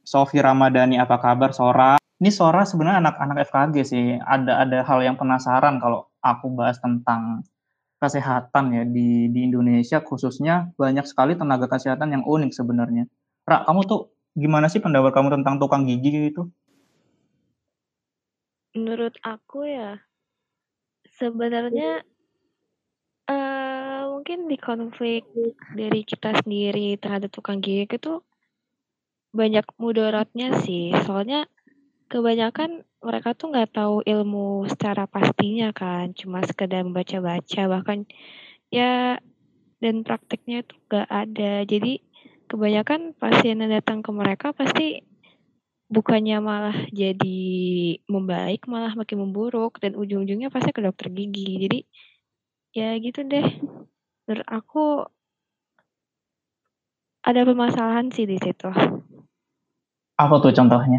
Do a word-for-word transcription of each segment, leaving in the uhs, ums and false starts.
Sofi Ramadhani, apa kabar Sora? Ini Sora sebenarnya anak-anak F K G sih. Ada ada hal yang penasaran kalau aku bahas tentang kesehatan ya di di Indonesia khususnya banyak sekali tenaga kesehatan yang unik sebenarnya. Ra, kamu tuh gimana sih pendapat kamu tentang tukang gigi itu? Menurut aku ya, sebenarnya eh mungkin di konflik dari kita sendiri terhadap tukang gigi itu banyak mudaratnya sih. Soalnya kebanyakan mereka tuh nggak tahu ilmu secara pastinya kan, cuma sekedar membaca-baca bahkan ya dan prakteknya itu nggak ada. Jadi kebanyakan pasien yang datang ke mereka pasti bukannya malah jadi membaik, malah makin memburuk dan ujung-ujungnya pasti ke dokter gigi. Jadi ya gitu deh. Menurut aku ada permasalahan sih di situ. Apa tuh contohnya?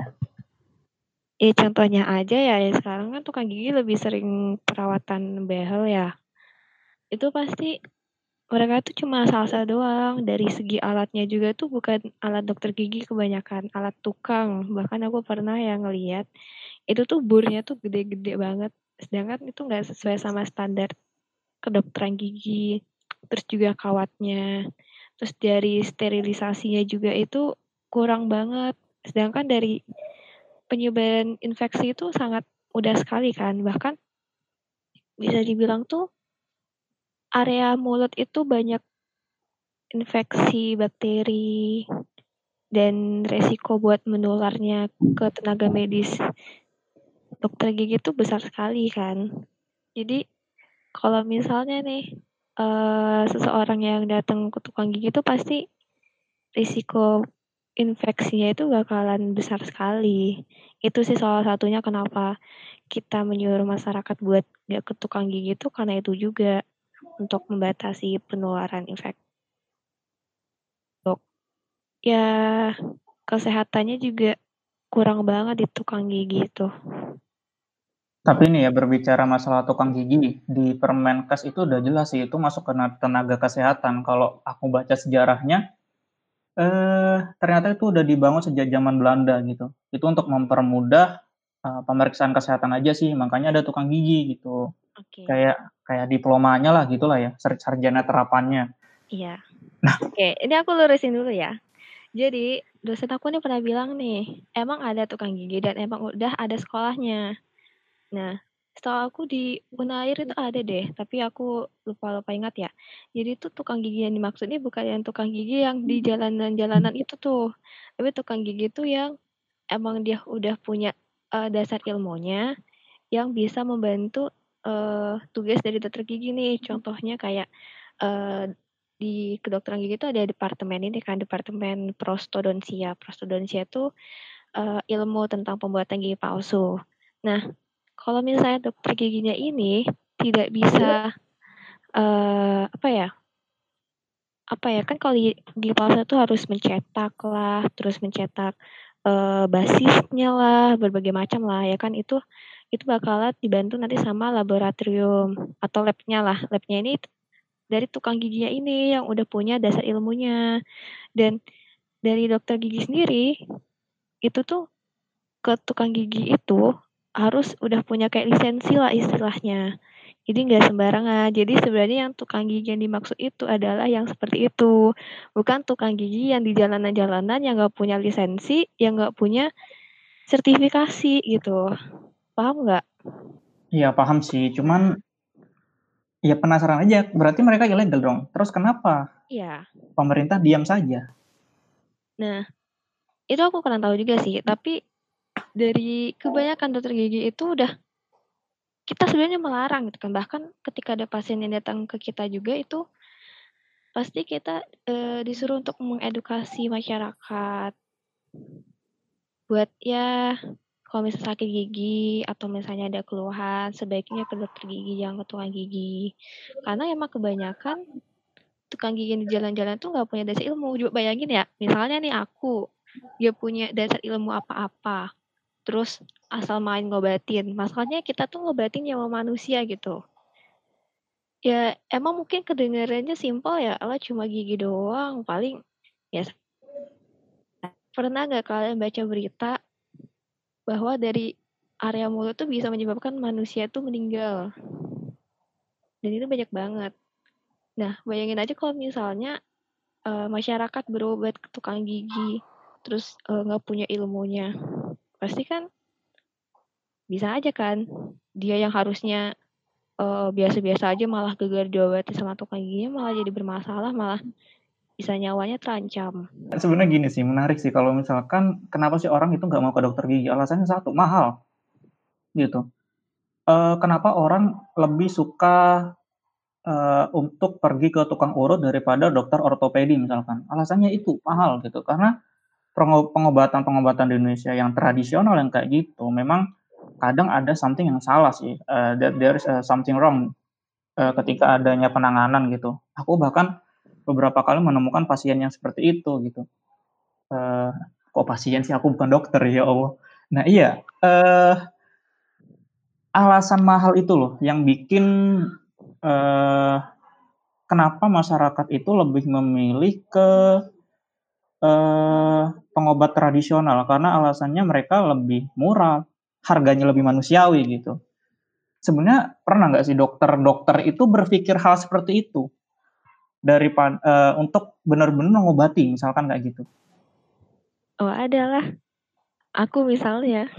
Ya contohnya aja ya, ya sekarang kan tukang gigi lebih sering perawatan behel ya. Itu pasti mereka tuh cuma salsa doang. Dari segi alatnya juga tuh bukan alat dokter gigi kebanyakan, alat tukang. Bahkan aku pernah yang ngeliat, itu tuh burnya tuh gede-gede banget. Sedangkan itu nggak sesuai sama standar kedokteran gigi. Terus juga kawatnya. Terus dari sterilisasinya juga itu kurang banget. Sedangkan dari penyebaran infeksi itu sangat mudah sekali kan. Bahkan bisa dibilang tuh area mulut itu banyak infeksi bakteri dan resiko buat menularnya ke tenaga medis dokter gigi itu besar sekali kan. Jadi kalau misalnya nih uh, seseorang yang datang ke tukang gigi itu pasti risiko infeksinya itu bakalan besar sekali. Itu sih salah satunya kenapa kita menyuruh masyarakat buat gak ke tukang gigi itu karena itu juga untuk membatasi penularan infeksi. Dok. Ya kesehatannya juga kurang banget di tukang gigi itu. Tapi ini ya berbicara masalah tukang gigi di Permenkes itu udah jelas sih itu masuk ke tenaga kesehatan. Kalau aku baca sejarahnya, eh ternyata itu udah dibangun sejak zaman Belanda gitu. Itu untuk mempermudah uh, pemeriksaan kesehatan aja sih, makanya ada tukang gigi gitu. Oke. Kayak kayak diplomanya lah gitulah ya, sar- sarjana terapannya. Iya. Oke, ini aku lurusin dulu ya. Jadi, dosen aku nih pernah bilang nih, emang ada tukang gigi dan emang udah ada sekolahnya. Nah, setahu aku di Unair itu ada deh, tapi aku lupa-lupa ingat ya. Jadi tuh tukang gigi yang dimaksud ini bukan yang tukang gigi yang di jalanan-jalanan itu tuh. Tapi tukang gigi itu yang emang dia udah punya uh, dasar ilmunya yang bisa membantu uh, tugas dari dokter gigi nih. Contohnya kayak uh, di kedokteran gigi itu ada departemen ini kan, departemen prostodonsia. Prostodonsia itu uh, ilmu tentang pembuatan gigi palsu. Nah, kalau misalnya dokter giginya ini tidak bisa uh, apa ya? Apa ya? Kan kalau gigi palsu itu harus mencetak lah, terus mencetak uh, basisnya lah, berbagai macam lah ya kan itu itu bakalan dibantu nanti sama laboratorium atau labnya lah. Labnya ini dari tukang giginya ini yang udah punya dasar ilmunya. Dan dari dokter gigi sendiri, itu tuh ke tukang gigi itu harus udah punya kayak lisensi lah istilahnya. Jadi nggak sembarangan. Jadi sebenarnya yang tukang gigi yang dimaksud itu adalah yang seperti itu. Bukan tukang gigi yang di jalanan-jalanan yang nggak punya lisensi, yang nggak punya sertifikasi gitu. Paham nggak? Iya paham sih, cuman Nah, ya penasaran aja, berarti mereka ilegal dong. Terus kenapa iya. pemerintah diam saja? Nah, itu aku kurang tahu juga sih. Tapi dari kebanyakan dokter gigi itu udah kita sebenarnya melarang gitu kan. Bahkan ketika ada pasien yang datang ke kita juga itu pasti kita eh, disuruh untuk mengedukasi masyarakat buat ya kalau misalnya sakit gigi atau misalnya ada keluhan sebaiknya ke dokter gigi jangan ke tukang gigi karena emang kebanyakan tukang gigi di jalan-jalan tuh nggak punya dasar ilmu. Coba bayangin ya, misalnya nih aku dia punya dasar ilmu apa-apa terus asal main ngobatin, masalahnya kita tuh ngobatin nyawa manusia gitu. Ya emang mungkin kedengarannya simpel ya, Allah cuma gigi doang paling ya. Pernah nggak kalian baca berita bahwa dari area mulut tuh bisa menyebabkan manusia tuh meninggal? Dan itu banyak banget. Nah, bayangin aja kalau misalnya uh, masyarakat berobat ke tukang gigi, terus uh, nggak punya ilmunya, pasti kan bisa aja kan dia yang harusnya uh, biasa-biasa aja malah gagal diobati sama tukang giginya malah jadi bermasalah, malah bisa nyawanya terancam. Sebenarnya gini sih, menarik sih kalau misalkan kenapa sih orang itu nggak mau ke dokter gigi? Alasannya satu, mahal, gitu. Uh, kenapa orang lebih suka uh, untuk pergi ke tukang urut daripada dokter ortopedi misalkan? Alasannya itu mahal gitu, karena pengobatan-pengobatan di Indonesia yang tradisional yang kayak gitu, memang kadang ada something yang salah sih. Uh, there is uh, something wrong uh, ketika adanya penanganan gitu. Aku bahkan beberapa kali menemukan pasien yang seperti itu gitu. Uh, kok pasien sih, aku bukan dokter ya Allah. Nah iya, uh, alasan mahal itu loh yang bikin uh, kenapa masyarakat itu lebih memilih ke uh, pengobat tradisional, karena alasannya mereka lebih murah, harganya lebih manusiawi gitu. Sebenarnya pernah nggak sih dokter-dokter itu berpikir hal seperti itu dari uh, untuk benar-benar mengobati misalkan kayak gitu? Oh, adalah aku misalnya.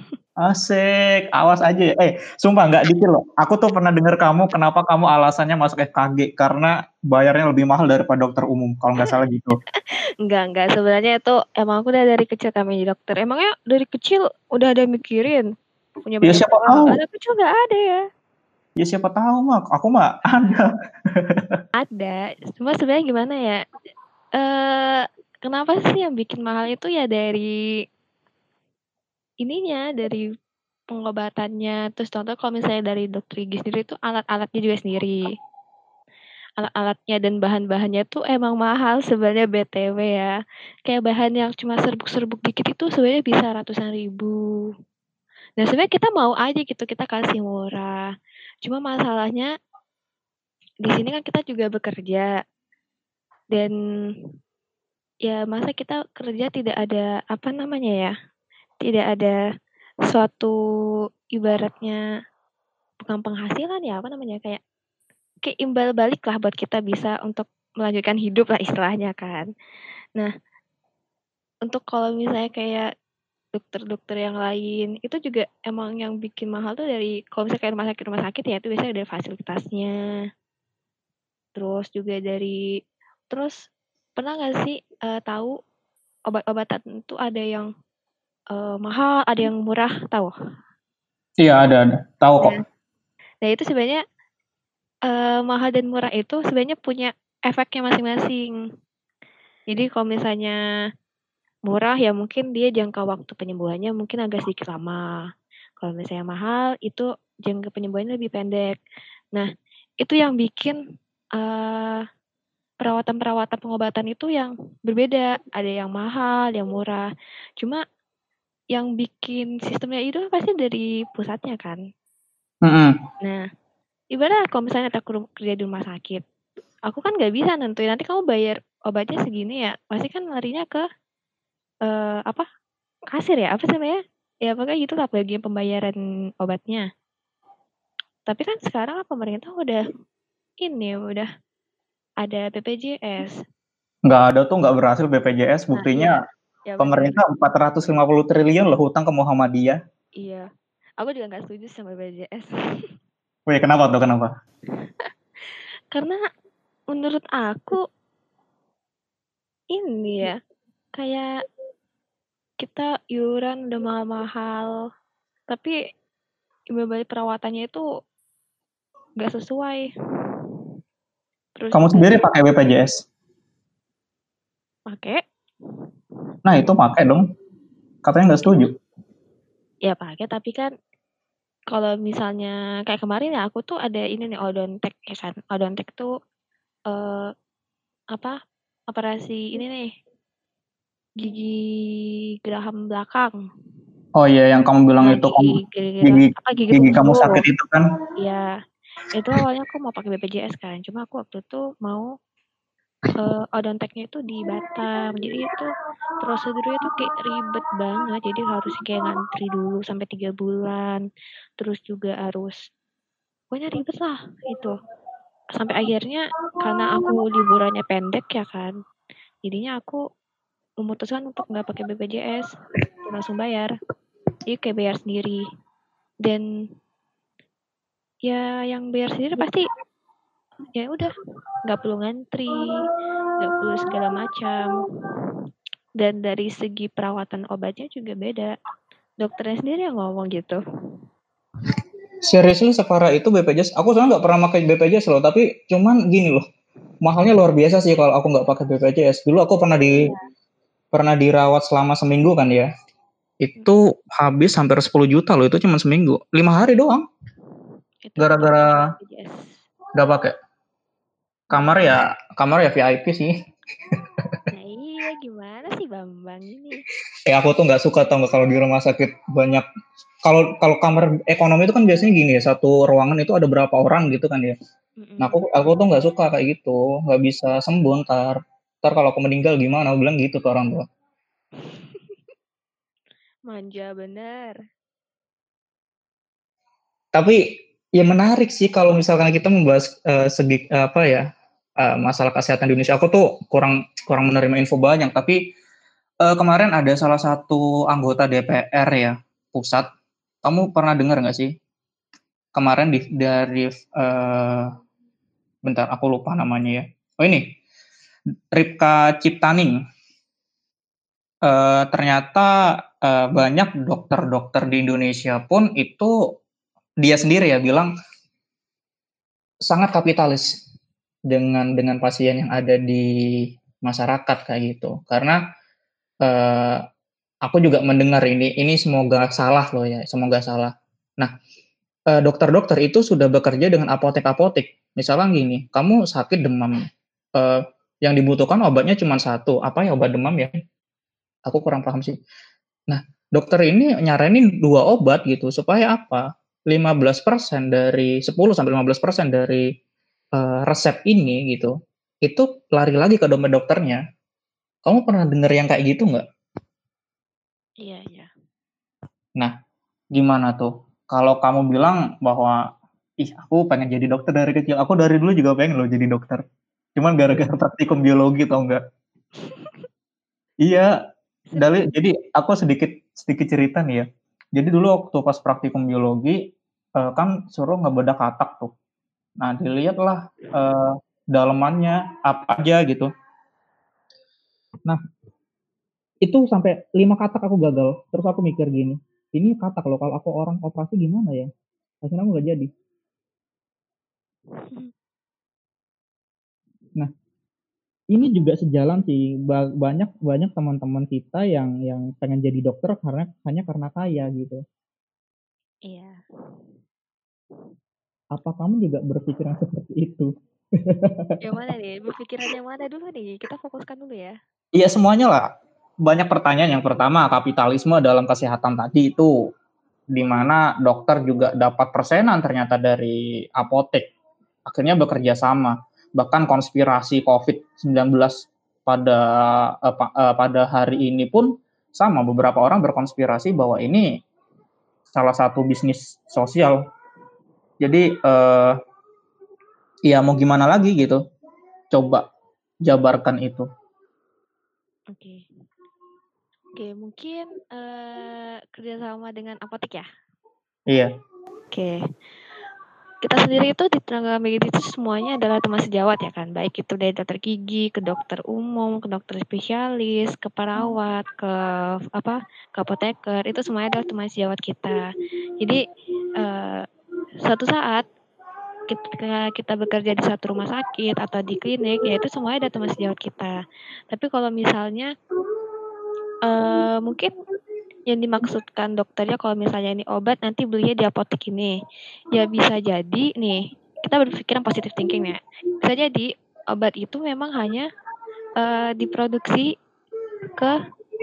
Asik, awas aja ya. Eh, sumpah nggak dikit loh. Aku tuh pernah dengar kamu kenapa kamu alasannya masuk F K G karena bayarnya lebih mahal daripada dokter umum, kalau nggak salah gitu. Enggak, enggak. Sebenarnya itu emang aku udah dari kecil kami jadi dokter. Emangnya dari kecil udah ada mikirin punya Ya banyak siapa uang? tahu. Anak kecil nggak ada ya. Ya siapa tahu mah. Aku mah ada. Ada. Cuma sebenarnya gimana ya? Eh, kenapa sih yang bikin mahal itu ya dari ininya, dari pengobatannya. Terus contoh kalau misalnya dari dokter gigi sendiri itu alat-alatnya juga sendiri. Alat-alatnya dan bahan-bahannya tuh emang mahal sebenarnya B T W ya. Kayak bahan yang cuma serbuk-serbuk dikit itu sebenarnya bisa ratusan ribu. Nah sebenarnya kita mau aja gitu, kita kasih murah. Cuma masalahnya di sini kan kita juga bekerja. Dan ya masa kita kerja tidak ada apa namanya ya? Tidak ada suatu ibaratnya bukan penghasilan ya, apa namanya, kayak kayak imbal balik lah buat kita bisa untuk melanjutkan hidup lah istilahnya kan. Nah, untuk kalau misalnya kayak dokter-dokter yang lain, itu juga emang yang bikin mahal tuh dari kalau misalnya kayak rumah sakit-rumah sakit ya itu biasanya dari fasilitasnya. Terus juga dari terus pernah nggak sih uh, tahu obat-obatan itu ada yang uh, mahal, ada yang murah, tahu? Iya ada ada. Tahu kok. Nah, nah itu sebenarnya uh, mahal dan murah itu sebenarnya punya efeknya masing-masing. Jadi kalau misalnya murah ya mungkin dia jangka waktu penyembuhannya mungkin agak sedikit lama. Kalau misalnya mahal itu jangka penyembuhannya lebih pendek. Nah, itu yang bikin uh, perawatan-perawatan pengobatan itu yang berbeda. Ada yang mahal, yang murah. Cuma yang bikin sistemnya itu pasti dari pusatnya kan. Mm-hmm. Nah, ibarat kalau misalnya aku kerja di rumah sakit, aku kan nggak bisa nentuin nanti kamu bayar obatnya segini ya, pasti kan larinya ke uh, apa kasir ya, apa sih namanya? Ya pokoknya gitu lah bagian pembayaran obatnya. Tapi kan sekarang pemerintah udah ini udah ada B P J S. Nggak ada tuh, nggak berhasil B P J S. Buktinya nah, iya. Ya pemerintah empat ratus lima puluh triliun loh hutang ke Muhammadiyah. Iya. Aku juga nggak setuju sama B P J S. Wih, kenapa tuh, kenapa? Karena menurut aku ini ya, kayak kita iuran udah mahal-mahal, tapi imbal balik perawatannya itu nggak sesuai. Terus Kamu sendiri pakai B P J S? pakai? Nah itu pakai dong. Katanya nggak setuju. Ya pakai, tapi kan kalau misalnya kayak kemarin ya aku tuh ada ini nih Odontek ya kan. Odontek tuh uh, apa operasi ini nih gigi geraham belakang. Oh iya, yang kamu bilang Nah, itu gigi, kamu gigi, gigi, apa, gigi, gigi kamu bungsu. sakit itu kan? Iya, itu awalnya aku mau pakai B P J S kan, cuma aku waktu itu mau eee, Odonteknya itu di Batam. Jadi itu prosedurnya tuh kayak ribet banget. Jadi harus kayak ngantri dulu sampai tiga bulan. Terus juga harus pokoknya ribet lah itu. Sampai akhirnya karena aku liburannya pendek ya kan. Jadinya aku memutuskan untuk nggak pakai B P J S, langsung bayar. Jadi kayak bayar sendiri. Dan ya yang bayar sendiri pasti ya udah nggak perlu ngantri, nggak perlu segala macam. Dan dari segi perawatan obatnya juga beda. Dokternya sendiri yang ngomong gitu. Seriously separah itu B P J S? Aku sebenarnya nggak pernah pakai B P J S loh, tapi cuman gini loh, mahalnya luar biasa sih kalau aku nggak pakai B P J S. Dulu aku pernah di Iya. pernah dirawat selama seminggu kan ya. Itu habis hampir sepuluh juta loh, itu cuma seminggu. lima hari doang. Itu aku nggak pakai Gara-gara B P J S. nggak pakai. Kamar Hmm. ya, kamar ya V I P sih. Nah iya gimana sih Bambang ini? Eh aku tuh nggak suka tau nggak kalau di rumah sakit banyak, kalau kalau kamar ekonomi itu kan biasanya gini ya, satu ruangan itu ada berapa orang gitu kan ya. Nah Mm-mm. aku aku tuh nggak suka kayak gitu, nggak bisa sembuh ntar. Ntar kalau aku meninggal gimana? Aku bilang gitu ke orang tua. Manja bener. Tapi ya menarik sih kalau misalkan kita membahas uh, segi apa ya, uh, masalah kesehatan di Indonesia. Aku tuh kurang kurang menerima info banyak, tapi uh, kemarin ada salah satu anggota D P R ya pusat. Kamu pernah dengar nggak sih? Kemarin di, dari uh, bentar aku lupa namanya ya. Oh ini Ripka Ciptaning. Uh, ternyata uh, banyak dokter-dokter di Indonesia pun itu dia sendiri ya bilang sangat kapitalis dengan dengan pasien yang ada di masyarakat kayak gitu. Karena uh, aku juga mendengar ini ini semoga salah loh ya, semoga salah. Nah, uh, dokter-dokter itu sudah bekerja dengan apotek-apotek. Misalnya gini, kamu sakit demam, uh, yang dibutuhkan obatnya cuma satu. Apa ya obat demam ya? Aku kurang paham sih. Nah, dokter ini nyaranin dua obat gitu supaya apa? lima belas persen dari sepuluh sampai lima belas persen dari uh, resep ini gitu, itu lari lagi ke dompet dokternya. Kamu pernah denger yang kayak gitu nggak? Iya iya. Nah, gimana tuh? Kalau kamu bilang bahwa ih aku pengen jadi dokter dari kecil, aku dari dulu juga pengen loh jadi dokter. Cuman gara-gara praktikum biologi tau nggak? Iya, dari Serius? jadi aku sedikit sedikit cerita nih ya. Jadi dulu waktu pas praktikum biologi uh, kan suruh ngebedah katak tuh. Nah dilihatlah uh, dalemannya apa aja gitu. Nah itu sampai lima katak aku gagal. Terus aku mikir gini, ini katak loh, kalau aku orang operasi gimana ya? Akhirnya aku nggak jadi. Nah ini juga sejalan sih, banyak banyak teman-teman kita yang yang pengen jadi dokter karena hanya karena kaya gitu. Iya. Apa kamu juga berpikiran seperti itu? Yang mana nih? Berpikiran yang mana dulu nih? Kita fokuskan dulu ya. Iya semuanya lah. Banyak pertanyaan. Yang pertama, kapitalisme dalam kesehatan tadi itu di mana dokter juga dapat persenan ternyata dari apotek. Akhirnya bekerja sama. Bahkan konspirasi covid sembilan belas pada eh, eh, pada hari ini pun sama, beberapa orang berkonspirasi bahwa ini salah satu bisnis sosial. Jadi eh, ya mau gimana lagi gitu. Coba jabarkan itu. Oke. Oke, mungkin uh, kerjasama dengan apotek ya. Iya. Oke. Kita sendiri itu di tenaga medis itu semuanya adalah teman sejawat ya kan. Baik itu dari dokter gigi, ke dokter umum, ke dokter spesialis, ke perawat, ke apa, ke apoteker, itu semuanya adalah teman sejawat kita. Jadi uh, suatu saat ketika kita bekerja di satu rumah sakit atau di klinik, ya itu semuanya ada teman sejawat kita. Tapi kalau misalnya uh, mungkin yang dimaksudkan dokternya kalau misalnya ini obat nanti belinya di apotek ini, ya bisa jadi nih kita berpikiran positive thinking ya, bisa jadi obat itu memang hanya uh, diproduksi ke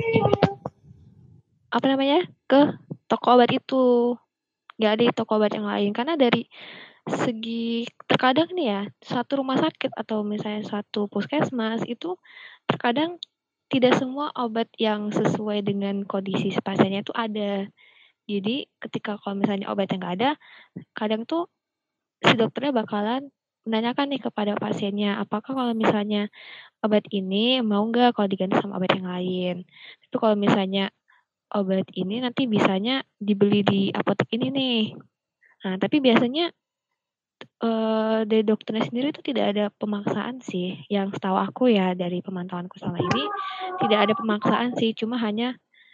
apa namanya ke toko obat itu, nggak ada di toko obat yang lain karena dari segi terkadang nih ya, suatu rumah sakit atau misalnya suatu puskesmas itu terkadang tidak semua obat yang sesuai dengan kondisi si pasiennya itu ada. Jadi ketika kalau misalnya obatnya nggak ada, kadang tuh si dokternya bakalan menanyakan nih kepada pasiennya, apakah kalau misalnya obat ini mau nggak kalau diganti sama obat yang lain. Tapi kalau misalnya obat ini nanti bisanya dibeli di apotek ini nih. Nah, tapi biasanya uh, dari dokternya sendiri itu tidak ada pemaksaan sih. Yang setahu aku ya dari pemantauanku selama ini tidak ada pemaksaan sih, cuma hanya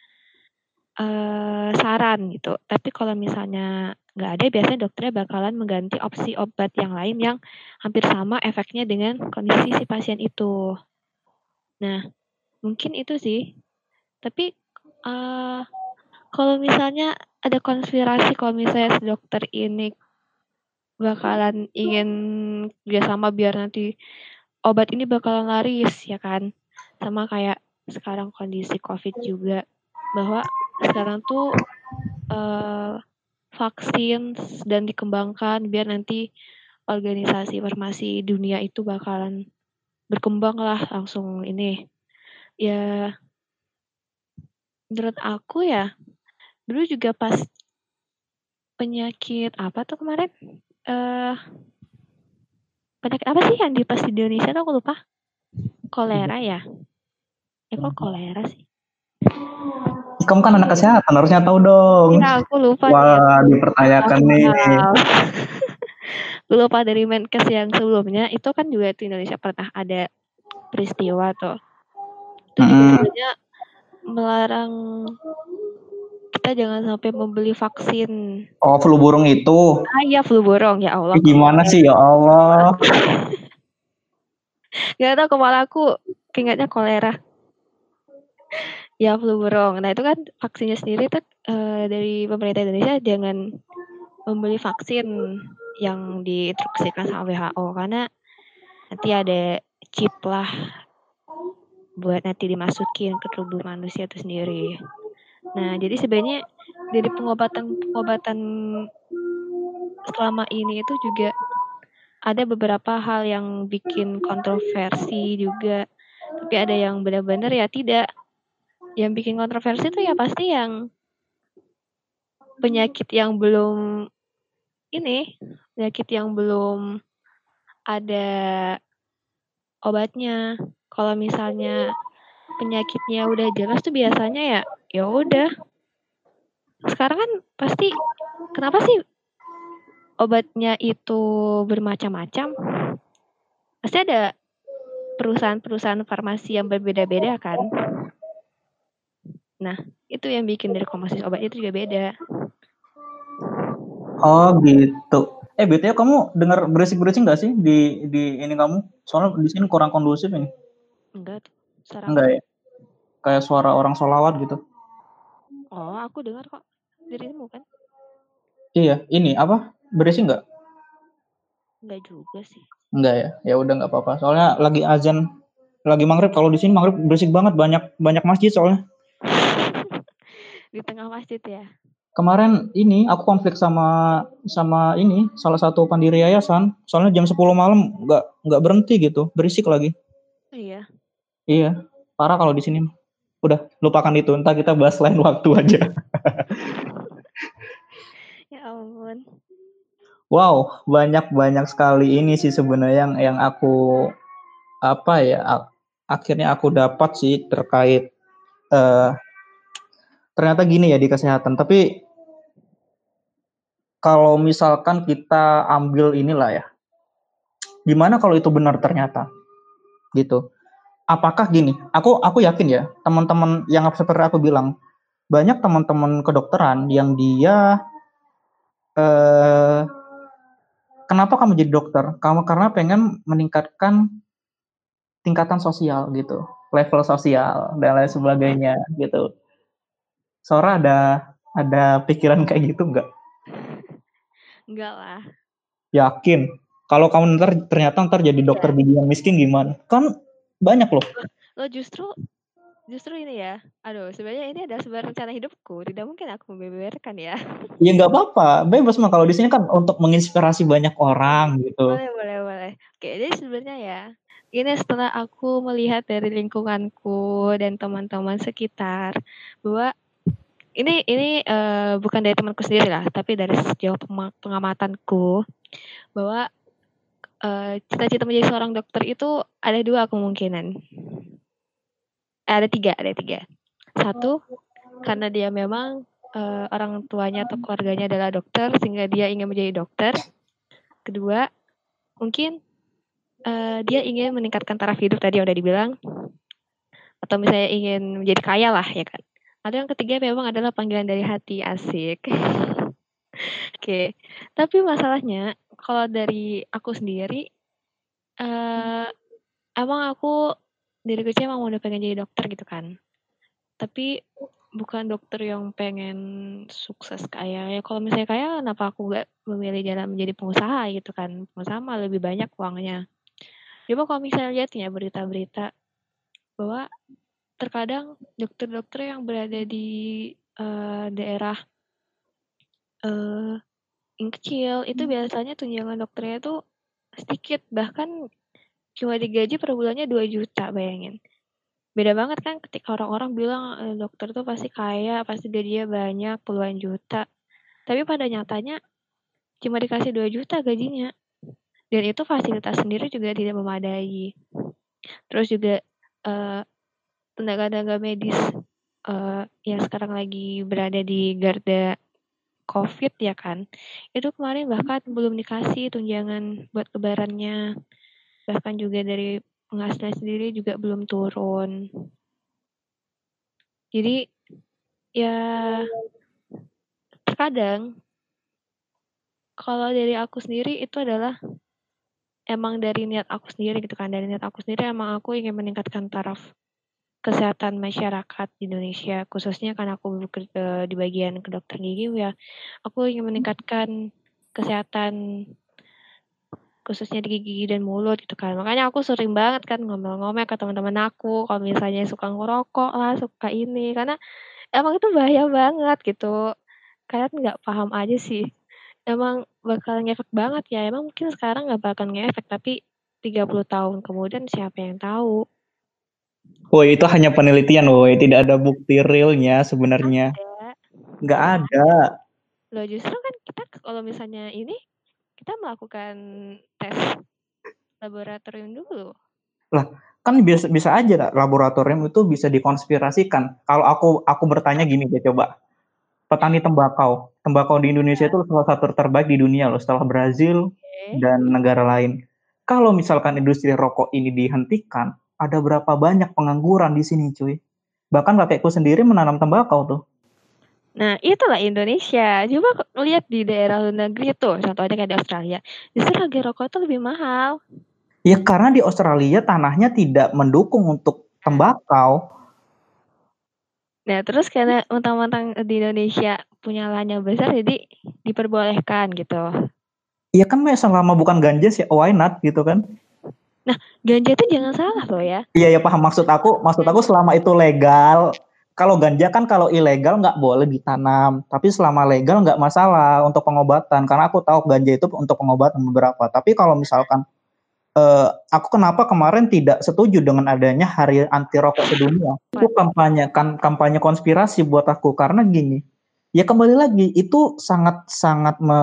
uh, saran gitu. Tapi kalau misalnya nggak ada, biasanya dokternya bakalan mengganti opsi obat yang lain yang hampir sama efeknya dengan kondisi si pasien itu. Nah, mungkin itu sih. Tapi uh, kalau misalnya ada konspirasi kalau misalnya si dokter ini bakalan ingin kerjasama biar nanti obat ini bakalan laris ya kan, sama kayak sekarang kondisi COVID juga, bahwa sekarang tuh uh, vaksin dan dikembangkan biar nanti organisasi farmasi dunia itu bakalan berkembang lah langsung ini ya. Menurut aku ya dulu juga pas penyakit apa tuh kemarin, uh, penyakit apa sih yang di pas di Indonesia tuh aku lupa, kolera ya, eh kok kolera sih. Kamu kan anak kesehatan, harusnya tahu dong. Iya, aku lupa nih. Wah, dipertanyakan nih. Aku lupa dari Menkes yang sebelumnya, itu kan juga di Indonesia pernah ada peristiwa tuh. Itu juga Hmm. sebenarnya melarang kita jangan sampai membeli vaksin. Oh, flu burung itu? Ah iya, flu burung, ya Allah. Gimana sih ya Allah? Gak tau, kepala aku keingetnya kolera. Ya, flu burung. Nah, itu kan vaksinnya sendiri tuh uh, dari pemerintah Indonesia jangan membeli vaksin yang diinstruksikan sama W H O karena nanti ada chip lah buat nanti dimasukin ke tubuh manusia itu sendiri. Nah, jadi sebenarnya dari pengobatan-pengobatan selama ini itu juga ada beberapa hal yang bikin kontroversi juga. Tapi ada yang benar-benar ya tidak. Yang bikin kontroversi itu ya pasti yang penyakit yang belum ini, penyakit yang belum ada obatnya. Kalau misalnya penyakitnya udah jelas tuh biasanya ya ya udah. Sekarang kan pasti kenapa sih obatnya itu bermacam-macam? Pasti ada perusahaan-perusahaan farmasi yang berbeda-beda kan. Nah, itu yang bikin dari komposisi obat itu juga beda. Oh gitu. Eh B T W kamu dengar berisik-berisik nggak sih di di ini kamu? Soalnya di sini kurang kondusif ini. Enggak, suara Enggak ya? Kayak suara orang sholawat gitu. Oh, aku dengar kok. Dirimu kan? Iya, ini apa? Berisik nggak? Enggak juga sih. Enggak ya? Ya udah nggak apa-apa. Soalnya lagi azan, lagi maghrib. Kalau di sini maghrib berisik banget, banyak banyak masjid soalnya. Di tengah masjid ya? Kemarin ini aku konflik sama sama ini salah satu pendiri yayasan. Soalnya jam sepuluh malam nggak nggak berhenti gitu, berisik lagi. Oh, iya. Iya, parah kalau di sini. Udah lupakan itu, entar kita bahas lain waktu aja. Ya ampun. Wow, banyak-banyak sekali ini sih sebenarnya yang yang aku apa ya akhirnya aku dapat sih terkait uh, ternyata gini ya di kesehatan. Tapi kalau misalkan kita ambil inilah ya, gimana kalau itu benar ternyata gitu? Apakah gini? Aku aku yakin ya teman-teman yang seperti aku bilang banyak teman-teman kedokteran yang dia eh, kenapa kamu jadi dokter? Kamu karena pengen meningkatkan tingkatan sosial gitu, level sosial dan lain sebagainya gitu. Sora ada ada pikiran kayak gitu nggak? Enggak lah. Yakin? Kalau kamu ntar ternyata ntar jadi dokter ya. gigi yang miskin gimana? Kan banyak loh. Lo justru justru ini ya, aduh sebenarnya ini adalah sebuah rencana hidupku, tidak mungkin aku membeberkan ya. Ya nggak apa-apa, bebas mah kalau di sini kan untuk menginspirasi banyak orang gitu. Boleh boleh boleh. Oke, jadi sebenarnya ya, ini setelah aku melihat dari lingkunganku dan teman-teman sekitar, bahwa ini ini, eee, bukan dari temanku sendiri lah, tapi dari sejauh pema pengamatanku, bahwa, eee, cita-cita menjadi seorang dokter itu ada dua kemungkinan. Ada tiga ada tiga. Satu, karena dia memang, eee, orang tuanya atau keluarganya adalah dokter sehingga dia ingin menjadi dokter. Kedua, mungkin, eee, dia ingin meningkatkan taraf hidup tadi yang udah dibilang, atau misalnya ingin menjadi kaya lah ya kan. Atau yang ketiga memang adalah panggilan dari hati, asik. Oke, tapi masalahnya kalau dari aku sendiri, eee, emang aku dari kecil emang udah pengen jadi dokter gitu kan. Tapi bukan dokter yang pengen sukses kaya, ya kalau misalnya kaya kenapa aku nggak memilih jalan menjadi pengusaha gitu kan, pengusaha mah lebih banyak uangnya. Coba kalau misalnya lihat ya berita-berita bahwa terkadang dokter-dokter yang berada di, eee, daerah, eee, yang kecil itu biasanya tunjangan dokternya tuh sedikit, bahkan cuma digaji per bulannya dua juta bayangin. Beda banget kan ketika orang-orang bilang, eee, dokter tuh pasti kaya, pasti gajinya banyak, puluhan juta. Tapi pada nyatanya cuma dikasih dua juta gajinya, dan itu fasilitas sendiri juga tidak memadai. Terus juga, eee, tenaga-tenaga medis, eee, yang sekarang lagi berada di garda Covid ya kan, itu kemarin bahkan belum dikasih tunjangan buat lebarannya, bahkan juga dari penghasilan sendiri juga belum turun. Jadi, ya terkadang kalau dari aku sendiri itu adalah emang dari niat aku sendiri gitu kan, dari niat aku sendiri emang aku ingin meningkatkan taraf kesehatan masyarakat di Indonesia, khususnya karena aku beker eee, di bagian kedokteran gigi ya, aku ingin meningkatkan kesehatan khususnya di gigi dan mulut gitu kan. Makanya aku sering banget kan ngomel-ngomel ke teman-teman aku kalau misalnya suka ngerokok lah, suka ini, karena emang itu bahaya banget gitu. Kalian nggak paham aja sih. Emang bakal ngefek banget ya, emang mungkin sekarang nggak bakal ngefek, tapi tiga puluh tahun kemudian siapa yang tahu? Woi, itu hanya penelitian, woi, tidak ada bukti realnya sebenarnya. Ada, Nggak emang ada. ada. Loh justru kan kita kalau misalnya ini, kita melakukan tes laboratorium dulu. Lah, kan bisa bisa aja laboratorium itu bisa dikonspirasikan. Kalau aku aku bertanya gini deh coba. Petani tembakau. Tembakau di Indonesia itu salah satu terbaik di dunia loh setelah Brazil Oke. dan negara lain. Kalau misalkan industri rokok ini dihentikan, ada berapa banyak pengangguran di sini, cuy. Bahkan kakekku sendiri menanam tembakau tuh. Nah, itulah Indonesia. Coba lihat di daerah luar negeri tuh, contohnya kayak di Australia. Justru harga rokok itu lebih mahal. Ya karena di Australia tanahnya tidak mendukung untuk tembakau. Nah, terus karena mentang-mentang di Indonesia punya lahan yang besar, jadi diperbolehkan gitu. Iya kan selama bukan ganja sih, why not gitu kan? Nah, ganja itu jangan salah loh ya. Iya ya paham maksud aku. Maksud aku selama itu legal. Kalau ganja kan kalau ilegal nggak boleh ditanam. Tapi selama legal nggak masalah untuk pengobatan. Karena aku tahu ganja itu untuk pengobatan beberapa. Tapi kalau misalkan eh, aku kenapa kemarin tidak setuju dengan adanya hari anti rokok sedunia? Itu kampanye kan kampanye konspirasi buat aku karena gini. Ya kembali lagi itu sangat sangat me,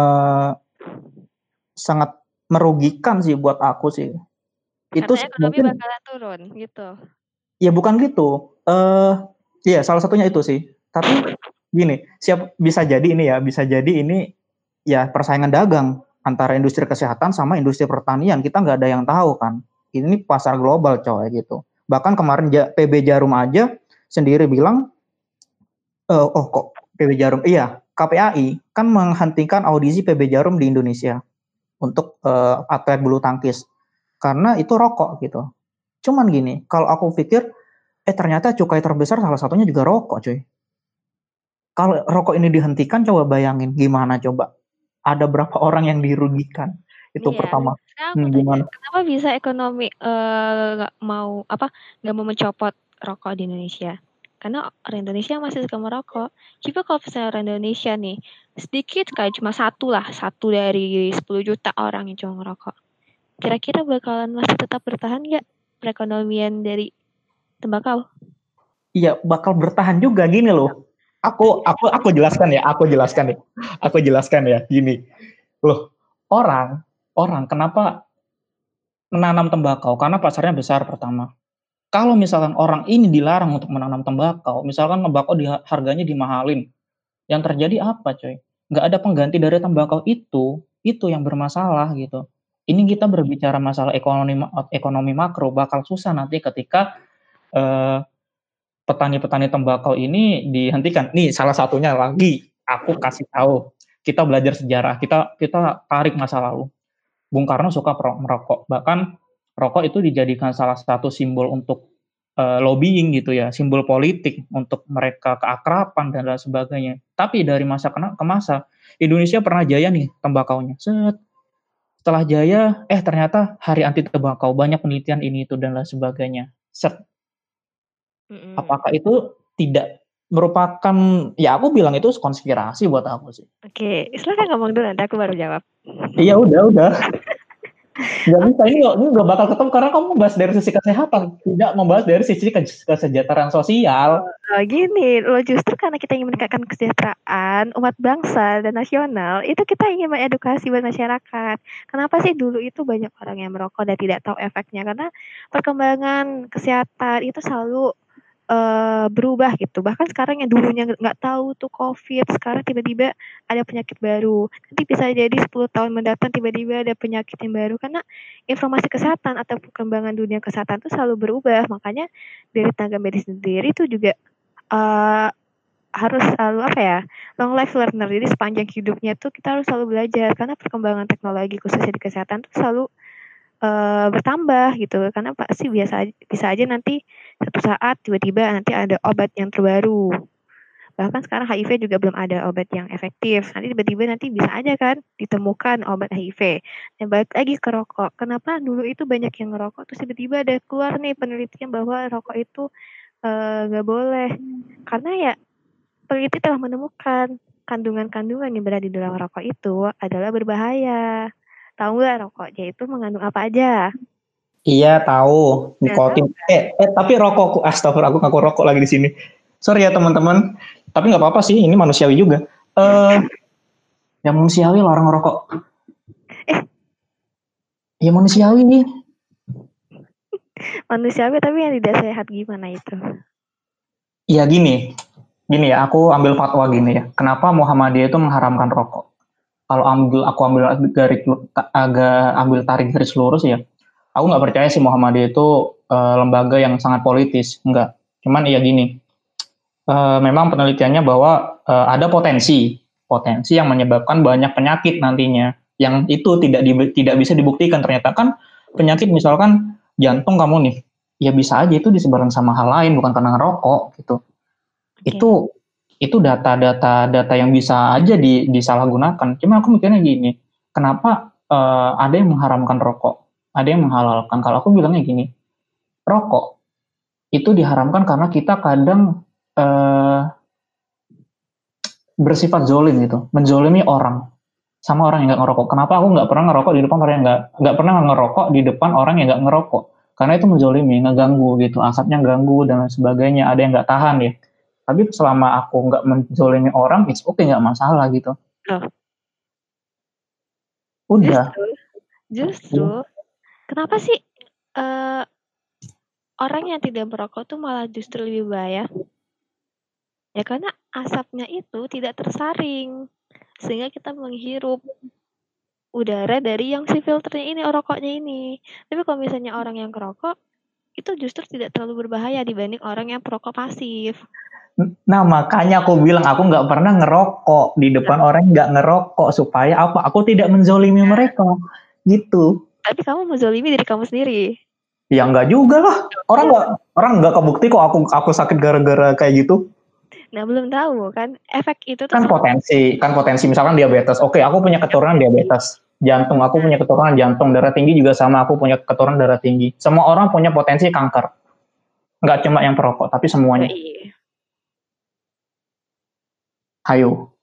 sangat merugikan sih buat aku sih. Itu Karena ekonomi mungkin bakalan turun gitu. ya bukan gitu. Eh iya salah satunya itu sih. Tapi gini, siap bisa jadi ini ya, bisa jadi ini ya persaingan dagang antara industri kesehatan sama industri pertanian. Kita nggak ada yang tahu kan. Ini pasar global coy gitu. Bahkan kemarin P B Jarum aja sendiri bilang eh, oh kok P B Jarum iya K P A I kan menghentikan audisi P B Jarum di Indonesia untuk eh, atlet bulu tangkis karena itu rokok gitu. Cuman gini, kalau aku pikir eh ternyata cukai terbesar salah satunya juga rokok, cuy. Kalau rokok ini dihentikan, coba bayangin gimana coba. Ada berapa orang yang dirugikan? Itu Iya. pertama. Sekarang aku Hmm, tanya, gimana? kenapa bisa ekonomi eh, nggak mau apa nggak mau mencopot rokok di Indonesia. Karena orang Indonesia masih suka merokok. Coba kalau misalnya orang Indonesia nih, sedikit kayak cuma satu lah, satu dari sepuluh juta orang yang cuma ngerokok. Kira-kira bakalan masih tetap bertahan nggak perekonomian dari tembakau? Iya, bakal bertahan juga gini loh. Aku aku aku jelaskan ya, aku jelaskan ya. Aku jelaskan ya, gini. Loh, orang orang kenapa menanam tembakau? Karena pasarnya besar pertama. Kalau misalkan orang ini dilarang untuk menanam tembakau, misalkan tembakau di, harganya dimahalin, yang terjadi apa, coy? Nggak ada pengganti dari tembakau itu, itu yang bermasalah gitu. Ini kita berbicara masalah ekonomi ekonomi makro, bakal susah nanti ketika eh, petani-petani tembakau ini dihentikan. Nih salah satunya lagi, aku kasih tahu. Kita belajar sejarah, kita kita tarik masa lalu. Bung Karno suka merokok, bahkan rokok itu dijadikan salah satu simbol untuk uh, lobbying gitu ya, simbol politik untuk mereka keakraban dan lain sebagainya. Tapi dari masa ke masa, Indonesia pernah jaya nih tembakaunya. Set. Setelah jaya, eh ternyata hari anti tembakau, banyak penelitian ini itu dan lain sebagainya. Set. Mm-hmm. Apakah itu tidak merupakan, ya aku bilang itu konspirasi buat aku sih. Oke, silakan ngomong dulu, nanti aku baru jawab. Iya udah udah. Gak bisa, ini gak, ini gak bakal ketemu karena kamu membahas dari sisi kesehatan, tidak membahas dari sisi kesejahteraan sosial. Oh, gini, lo justru karena kita ingin meningkatkan kesejahteraan umat bangsa dan nasional, itu kita ingin mengedukasi buat masyarakat. Kenapa sih dulu itu banyak orang yang merokok dan tidak tahu efeknya? Karena perkembangan kesehatan itu selalu Uh, berubah gitu. Bahkan sekarang yang dulunya nggak tahu tuh COVID, sekarang tiba-tiba ada penyakit baru. Nanti bisa jadi sepuluh tahun mendatang tiba-tiba ada penyakit yang baru. Karena informasi kesehatan atau perkembangan dunia kesehatan itu selalu berubah. Makanya dari tenaga medis sendiri itu juga uh, harus selalu apa ya, long life learner. Jadi sepanjang hidupnya tuh kita harus selalu belajar. Karena perkembangan teknologi khususnya di kesehatan tuh selalu Uh, bertambah gitu, karena pasti biasa bisa aja nanti satu saat tiba-tiba nanti ada obat yang terbaru. Bahkan sekarang H I V juga belum ada obat yang efektif. Nanti tiba-tiba nanti bisa aja kan ditemukan obat H I V. Dan balik lagi ke rokok. Kenapa dulu itu banyak yang ngerokok terus tiba-tiba ada keluar nih penelitian bahwa rokok itu nggak uh, boleh. Karena ya peneliti telah menemukan kandungan-kandungan yang berada di dalam rokok itu adalah berbahaya. Tahu nggak rokoknya itu mengandung apa aja? Iya tahu, nikotin. Eh, eh tapi rokokku, astagfirullah, aku ngaku rokok lagi di sini. Sorry ya teman-teman, tapi nggak apa-apa sih, ini manusiawi juga. Eh, uh, ya manusiawi lah orang ngerokok. Eh, ya manusiawi nih. Manusiawi tapi yang tidak sehat gimana itu? Iya gini, gini ya, aku ambil fatwa gini ya. Kenapa Muhammadiyah itu mengharamkan rokok? Kalau ambil aku ambil garis agak ambil tarik garis lurus ya, aku nggak percaya sih Muhammadiyah itu uh, lembaga yang sangat politis, enggak. Cuman ya gini, uh, memang penelitiannya bahwa uh, ada potensi, potensi yang menyebabkan banyak penyakit nantinya, yang itu tidak di, tidak bisa dibuktikan. Ternyata kan penyakit misalkan jantung kamu nih, ya bisa aja itu disebabkan sama hal lain, bukan karena ngerokok gitu. Okay. Itu itu data-data data yang bisa aja di, disalahgunakan. Cuma aku mikirnya gini, kenapa uh, ada yang mengharamkan rokok, ada yang menghalalkan? Kalau aku bilangnya gini, rokok itu diharamkan karena kita kadang uh, bersifat zolim gitu, menzolimi orang sama orang yang nggak ngerokok. Kenapa aku nggak pernah ngerokok di depan orang yang nggak nggak pernah ngerokok di depan orang yang nggak ngerokok? Karena itu menzolimi, ngeganggu gitu, asapnya ganggu dan sebagainya. Ada yang nggak tahan ya. Tapi selama aku nggak menzolimi orang, it's okay, nggak masalah gitu. Oh. Udah. Justru, justru ya. Kenapa sih uh, orang yang tidak merokok tuh malah justru lebih bahaya? Ya karena asapnya itu tidak tersaring, sehingga kita menghirup udara dari yang si filternya ini, rokoknya ini. Tapi kalau misalnya orang yang ngerokok, itu justru tidak terlalu berbahaya dibanding orang yang perokok pasif. Nah makanya aku bilang aku nggak pernah ngerokok di depan nah. orang nggak ngerokok supaya apa? Aku tidak menzolimi nah. mereka gitu. Tapi kamu menzolimi diri kamu sendiri. Ya nggak juga lah. Orang nggak orang nggak kebukti kok aku aku sakit gara-gara kayak gitu. Nah belum tahu kan efek itu tuh kan potensi kan potensi misalkan diabetes. Oke aku punya keturunan diabetes. Jantung aku punya keturunan jantung, darah tinggi juga sama, aku punya keturunan darah tinggi. Semua orang punya potensi kanker. Nggak cuma yang perokok, tapi semuanya. Yoi. Hayo.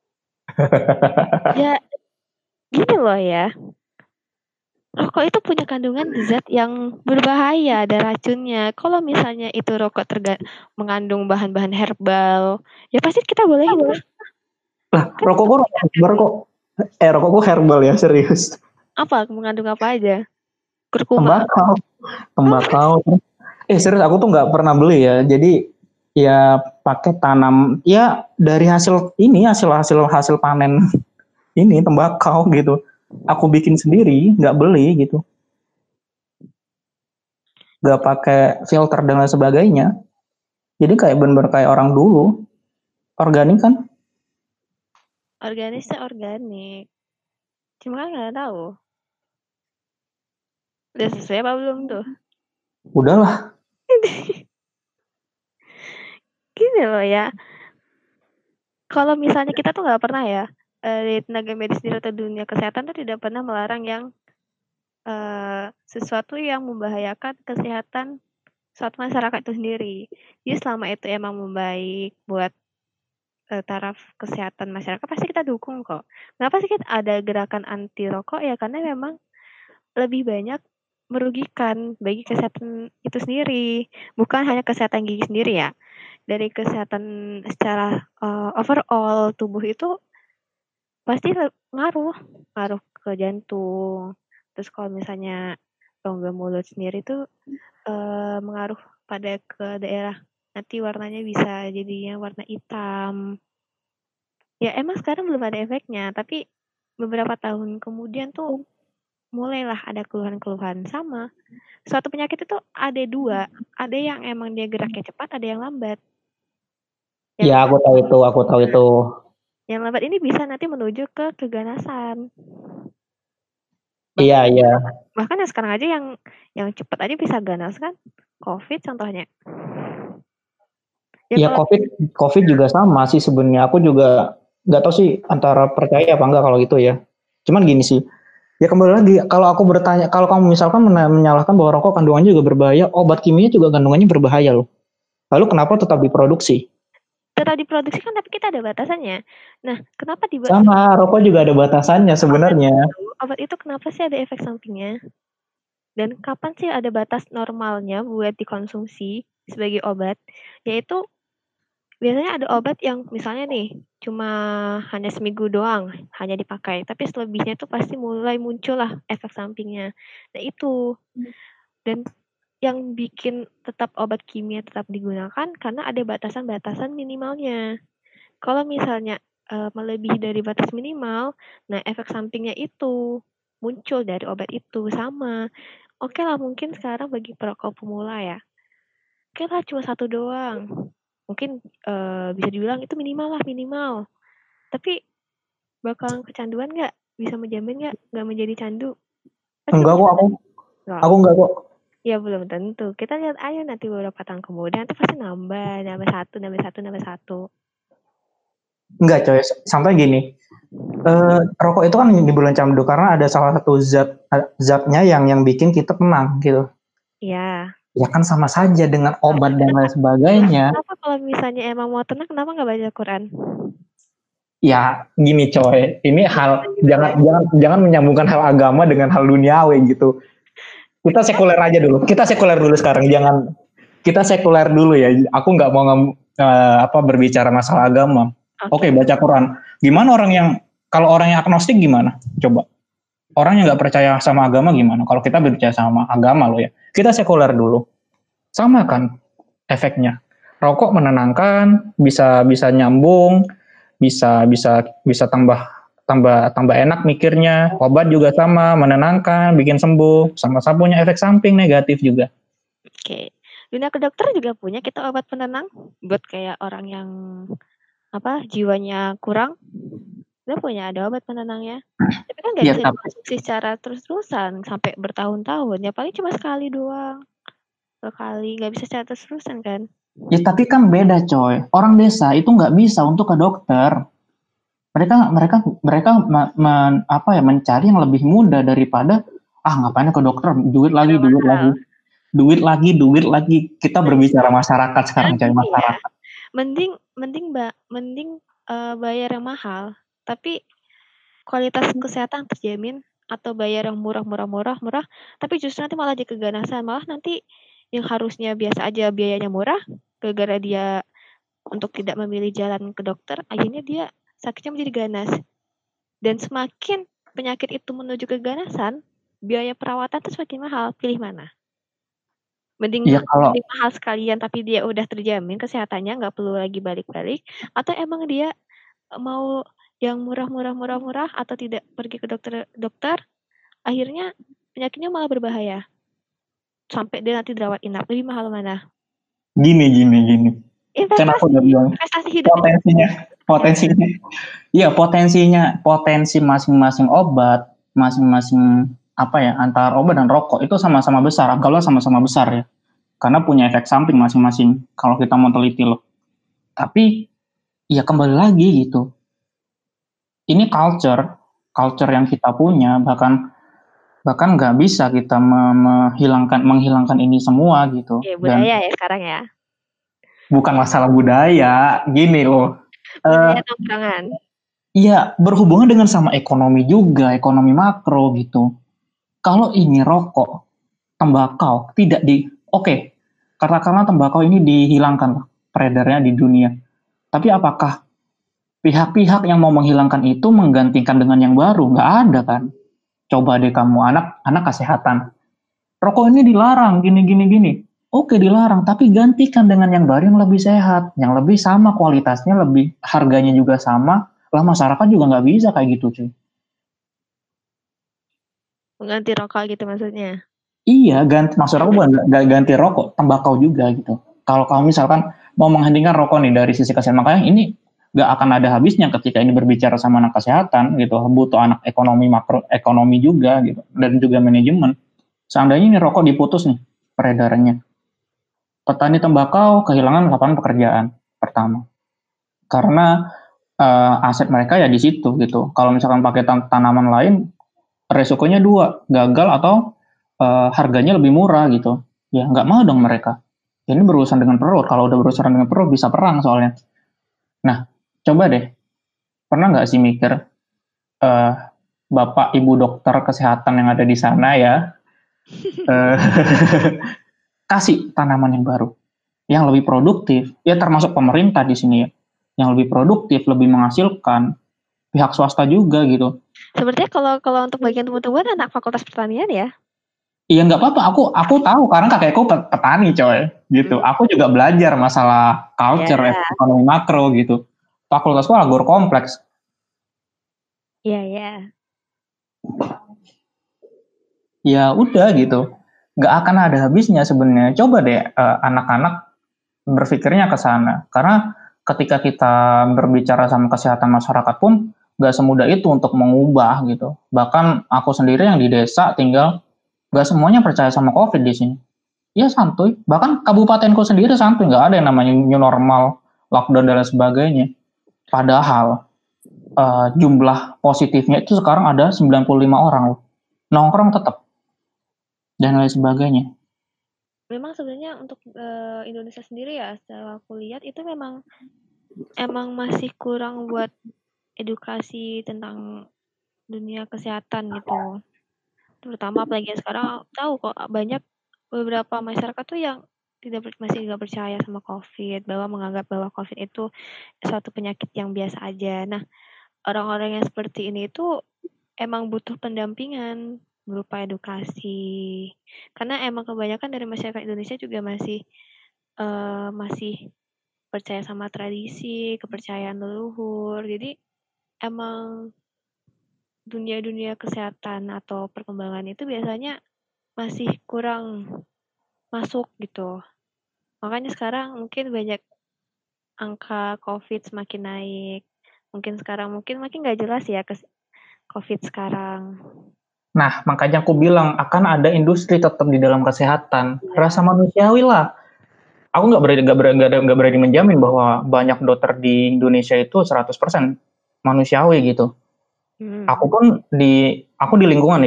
Ya, gini loh ya. Rokok itu punya kandungan zat yang berbahaya, ada racunnya. Kalau misalnya itu rokok terga- mengandung bahan-bahan herbal, ya pasti kita bolehin lah. Lah, Kan rokok kok herbal kok. Eh, rokok kok herbal ya, serius. apa? Mengandung apa aja? Kurkuma. Tembakau. Apa Tembakau. sih? Eh, serius aku tuh nggak pernah beli ya. Jadi ya pakai tanam ya dari hasil ini hasil hasil hasil panen ini tembakau gitu. Aku bikin sendiri, nggak beli gitu. Nggak pakai filter dan lain sebagainya. Jadi kayak bener-bener kayak orang dulu. Organik kan? Organisnya organik. Cuma kan nggak tahu. Udah sesuai apa belum tuh? Udahlah. Gini loh ya. Kalau misalnya kita tuh nggak pernah ya, eh, di tenaga medis di atau dunia kesehatan tuh tidak pernah melarang yang eh, sesuatu yang membahayakan kesehatan suatu masyarakat itu sendiri. Jadi selama itu emang membaik buat eh, taraf kesehatan masyarakat pasti kita dukung kok. Kenapa sih kita ada gerakan anti rokok ya? Karena memang lebih banyak merugikan bagi kesehatan itu sendiri, bukan hanya kesehatan gigi sendiri ya. Dari kesehatan secara uh, overall tubuh itu pasti ngaruh, ngaruh ke jantung. Terus kalau misalnya rongga mulut sendiri tuh uh, mengaruh pada ke daerah nanti warnanya bisa jadinya warna hitam. Ya emang sekarang belum ada efeknya, tapi beberapa tahun kemudian tuh mulailah ada keluhan-keluhan sama. Suatu penyakit itu ada dua, ada yang emang dia geraknya cepat, ada yang lambat. Yang Ya, lambat, aku tahu itu, aku tahu itu. yang lambat ini bisa nanti menuju ke keganasan. Iya, Bahkan, iya. bahkan yang sekarang aja yang yang cepat aja bisa ganas kan, COVID contohnya. Ya Iya, kalau COVID, COVID juga sama sih sebenarnya. Aku juga nggak tahu sih antara percaya apa enggak kalau gitu ya. Cuman gini sih, ya kembali lagi, kalau aku bertanya, kalau kamu misalkan menyalahkan bahwa rokok kandungannya juga berbahaya, obat kimia juga kandungannya berbahaya loh. Lalu kenapa tetap diproduksi? tetap diproduksi kan, tapi kita ada batasannya. Nah, kenapa di Sama, rokok juga ada batasannya obat sebenarnya. itu, obat itu kenapa sih ada efek sampingnya? Dan kapan sih ada batas normalnya buat dikonsumsi sebagai obat? Yaitu biasanya ada obat yang misalnya nih cuma hanya seminggu doang hanya dipakai, tapi selebihnya itu pasti mulai muncul lah efek sampingnya. Nah itu, dan yang bikin tetap obat kimia tetap digunakan karena ada batasan-batasan minimalnya. Kalau misalnya uh, melebihi dari batas minimal, nah efek sampingnya itu muncul dari obat itu sama. Oke lah mungkin sekarang bagi perokok pemula ya, oke lah cuma satu doang. Mungkin uh, bisa dibilang itu minimal lah minimal. Tapi bakalan kecanduan nggak? Bisa menjamin nggak nggak menjadi candu? Pasti Enggak kok, aku, nggak. aku enggak kok. Ya belum tentu. Kita lihat aja nanti beberapa tahun kemudian nanti pasti nambah, nambah satu, nambah satu, nambah satu. Enggak coy, sampai gini. Eh, rokok itu kan di bulan candu karena ada salah satu zat zatnya yang yang bikin kita tenang gitu. Iya. Ya kan sama saja dengan obat dan lain Kenapa, sebagainya. kenapa kalau misalnya emang mau tenang, kenapa nggak baca Quran? Ya gini coy, ini hal jangan jangan jangan menyambungkan hal agama dengan hal duniawi gitu. Kita sekuler aja dulu. Kita sekuler dulu sekarang. Jangan kita sekuler dulu ya. Aku nggak mau ngem, uh, apa berbicara masalah agama. Oke, okay. okay, baca Quran. Gimana orang yang kalau orang yang agnostik gimana? Coba. Orang yang nggak percaya sama agama gimana? Kalau kita berbicara sama agama loh ya. Kita sekuler dulu. Sama kan efeknya. Rokok menenangkan, bisa bisa nyambung, bisa bisa bisa tambah tambah tambah enak mikirnya. Obat juga sama, menenangkan, bikin sembuh, sama-sama punya efek samping negatif juga. Oke, dunia kedokteran juga punya kita obat penenang buat kayak orang yang apa jiwanya kurang, dia punya ada obat penenangnya. Tapi kan nggak Ya, bisa tapi, dikonsumsi secara terus-terusan sampai bertahun-tahun. Ya paling cuma sekali doang, dua kali, nggak bisa secara terus-terusan kan? Ya tapi kan beda coy. Orang desa itu nggak bisa untuk ke dokter. Mereka mereka mereka me, me, apa ya mencari yang lebih mudah daripada ah ngapain ke dokter duit lagi duit lagi. Duit lagi duit lagi, kita berbicara masyarakat sekarang, Nah coy, gini ya, masyarakat. mending mending Mbak, mending, eee, bayar yang mahal, tapi kualitas kesehatan terjamin, atau bayar yang murah murah murah murah, tapi justru nanti malah jadi keganasan, malah nanti yang harusnya biasa aja biayanya murah, gara-gara dia untuk tidak memilih jalan ke dokter, akhirnya dia sakitnya menjadi ganas. Dan semakin penyakit itu menuju keganasan, biaya perawatan tuh semakin mahal, pilih mana? Mending Iya ma kalau mending mahal sekalian tapi dia udah terjamin kesehatannya, nggak perlu lagi balik-balik, atau emang dia, eee, mau yang murah murah murah murah atau tidak pergi ke dokter dokter, akhirnya penyakitnya malah berbahaya. Sampai dia nanti dirawat inap, lebih mahal mana? Gini gini gini, kan aku Investasi, udah bilang, investasi hidup itu potensinya ya. potensinya iya, potensinya potensi masing-masing obat, masing-masing apa ya, antara obat dan rokok itu sama-sama besar, anggaplah sama-sama besar ya, karena punya efek samping masing-masing kalau kita mau teliti loh. Tapi, ya kembali lagi gitu. Ini culture, culture yang kita punya, bahkan bahkan nggak bisa kita me menghilangkan menghilangkan ini semua gitu, Oke, dan budaya ya sekarang ya? bukan masalah budaya, gini loh, Budaya eee tongkrongan. Iya, berhubungan dengan sama ekonomi juga, ekonomi makro gitu. Kalau ini rokok, tembakau tidak di oke, katakanlah tembakau ini dihilangkan peredarnya di dunia. Tapi apakah pihak-pihak yang mau menghilangkan itu menggantikan dengan yang baru? Nggak ada kan. Coba deh kamu anak anak kesehatan, rokok ini dilarang gini gini gini. Oke dilarang, tapi gantikan dengan yang baru yang lebih sehat, yang lebih sama kualitasnya, lebih harganya juga sama, lah masyarakat juga nggak bisa kayak gitu cuy. Pengganti rokok gitu maksudnya? Iya, ganti maksud aku bukan nggak ganti rokok, tembakau juga gitu. Kalau kamu misalkan mau menghentikan rokok nih dari sisi kesehatan, makanya ini nggak akan ada habisnya ketika ini berbicara sama anak kesehatan gitu, butuh anak ekonomi makro ekonomi juga gitu, dan juga manajemen. Seandainya ini rokok diputus nih peredarannya, petani tembakau kehilangan lapangan pekerjaan pertama, karena uh, aset mereka ya di situ gitu. Kalau misalkan pakai tan tanaman lain, resikonya dua, gagal atau uh, harganya lebih murah gitu. Ya nggak mau dong mereka. Ini berurusan dengan perut. Kalau udah berurusan dengan perut bisa perang soalnya. Nah, coba deh, pernah nggak sih mikir uh, bapak ibu dokter kesehatan yang ada di sana ya, uh, kasih tanaman yang baru, yang lebih produktif. Ya termasuk pemerintah di sini ya, yang lebih produktif, lebih menghasilkan. Pihak swasta juga gitu. Sepertinya kalau kalau untuk bagian tumbuh-tumbuhan anak fakultas pertanian ya? Iya nggak apa-apa, aku aku tahu karena kakekku petani coy, gitu. Mmm. Aku juga belajar masalah culture, Ya. ekonomi makro gitu. Fakultasku Agro Kompleks. Iya iya. Ya udah gitu, nggak akan ada habisnya sebenarnya. Coba deh uh, anak-anak berpikirnya ke sana, karena ketika kita berbicara sama kesehatan masyarakat pun nggak semudah itu untuk mengubah gitu. Bahkan aku sendiri yang di desa tinggal, nggak semuanya percaya sama COVID di sini. Ya santuy, bahkan kabupatenku sendiri santuy, nggak ada yang namanya new normal, lockdown dan lain sebagainya. Padahal uh, jumlah positifnya itu sekarang ada sembilan puluh lima orang loh. Nongkrong tetap dan lain sebagainya. Memang sebenarnya untuk, eee, Indonesia sendiri ya, setelah aku lihat itu memang emang masih kurang buat edukasi tentang dunia kesehatan gitu. Terutama apalagi yang sekarang tahu kok banyak beberapa masyarakat tuh yang tidak ber masih nggak percaya sama COVID, bahwa menganggap bahwa COVID itu suatu penyakit yang biasa aja. Nah, orang-orang yang seperti ini tuh emang butuh pendampingan berupa edukasi. Karena emang kebanyakan dari masyarakat Indonesia juga masih, eee, masih percaya sama tradisi, kepercayaan leluhur. Jadi emang dunia-dunia kesehatan atau perkembangan itu biasanya masih kurang masuk gitu. Makanya sekarang mungkin banyak angka COVID semakin naik. Mungkin sekarang mungkin makin nggak jelas ya kes COVID sekarang. Nah, makanya aku bilang akan ada industri tetap di dalam kesehatan. Rasa Iya. manusiawi lah. Aku nggak berani, nggak berani, nggak berani menjamin bahwa banyak dokter di Indonesia itu seratus persen manusiawi gitu. Aku Mhm. pun di aku di lingkungan ya.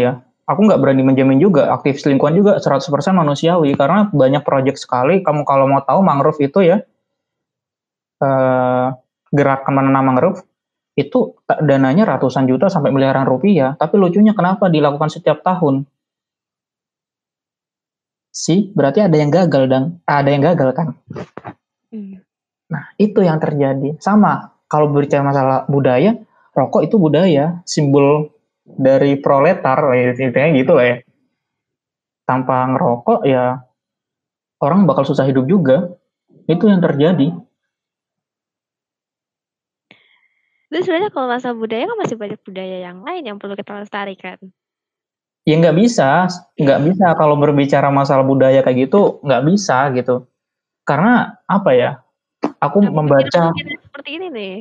aku nggak berani menjamin juga aktivis lingkungan juga seratus persen manusiawi karena banyak proyek sekali. Kamu kalau mau tahu mangrove itu ya, eh, gerakan menanam mangrove itu dananya ratusan juta sampai miliaran rupiah. Tapi lucunya kenapa dilakukan setiap tahun? Sih, berarti ada yang gagal dan ada yang gagal kan? Hmm. Nah, itu yang terjadi. Sama, kalau berbicara masalah budaya, rokok itu budaya, simbol dari proletar, intinya gitu lah ya. Tanpa ngerokok ya orang bakal susah hidup juga. Itu yang terjadi. Terus sebenarnya kalau masalah budaya kan masih banyak budaya yang lain yang perlu kita lestarikan. Ya nggak bisa, nggak bisa kalau berbicara masalah budaya kayak gitu, nggak bisa gitu. Karena apa ya? Aku Nah, membaca pemikiran seperti ini nih.